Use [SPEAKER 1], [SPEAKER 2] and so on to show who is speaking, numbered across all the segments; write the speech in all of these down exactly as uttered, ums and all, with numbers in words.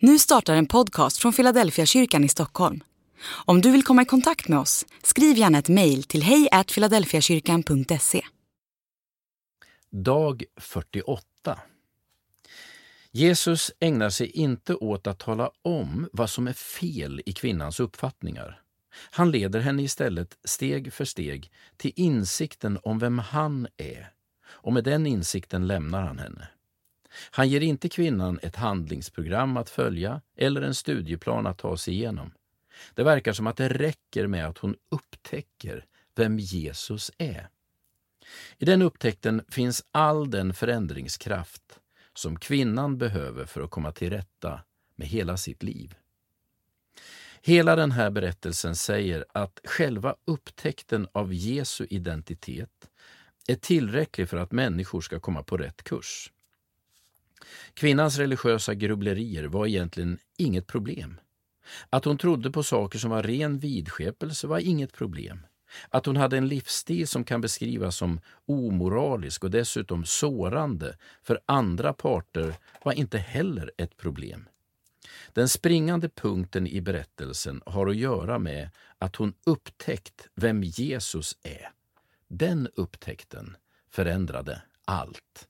[SPEAKER 1] Nu startar en podcast från Philadelphia kyrkan i Stockholm. Om du vill komma i kontakt med oss, skriv gärna ett mejl till hej at philadelphiakyrkan punkt se.
[SPEAKER 2] Dag fyrtioåtta. Jesus ägnar sig inte åt att tala om vad som är fel i kvinnans uppfattningar. Han leder henne istället steg för steg till insikten om vem han är, och med den insikten lämnar han henne. Han ger inte kvinnan ett handlingsprogram att följa eller en studieplan att ta sig igenom. Det verkar som att det räcker med att hon upptäcker vem Jesus är. I den upptäckten finns all den förändringskraft som kvinnan behöver för att komma till rätta med hela sitt liv. Hela den här berättelsen säger att själva upptäckten av Jesu identitet är tillräcklig för att människor ska komma på rätt kurs. Kvinnans religiösa grubblerier var egentligen inget problem. Att hon trodde på saker som var ren vidskepelse var inget problem. Att hon hade en livsstil som kan beskrivas som omoralisk och dessutom sårande för andra parter var inte heller ett problem. Den springande punkten i berättelsen har att göra med att hon upptäckt vem Jesus är. Den upptäckten förändrade allt.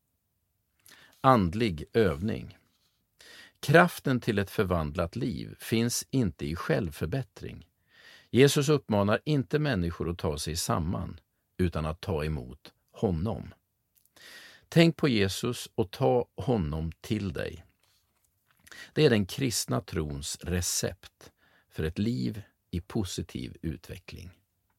[SPEAKER 2] Andlig övning. Kraften till ett förvandlat liv finns inte i självförbättring. Jesus uppmanar inte människor att ta sig samman utan att ta emot honom. Tänk på Jesus och ta honom till dig. Det är den kristna trons recept för ett liv i positiv utveckling.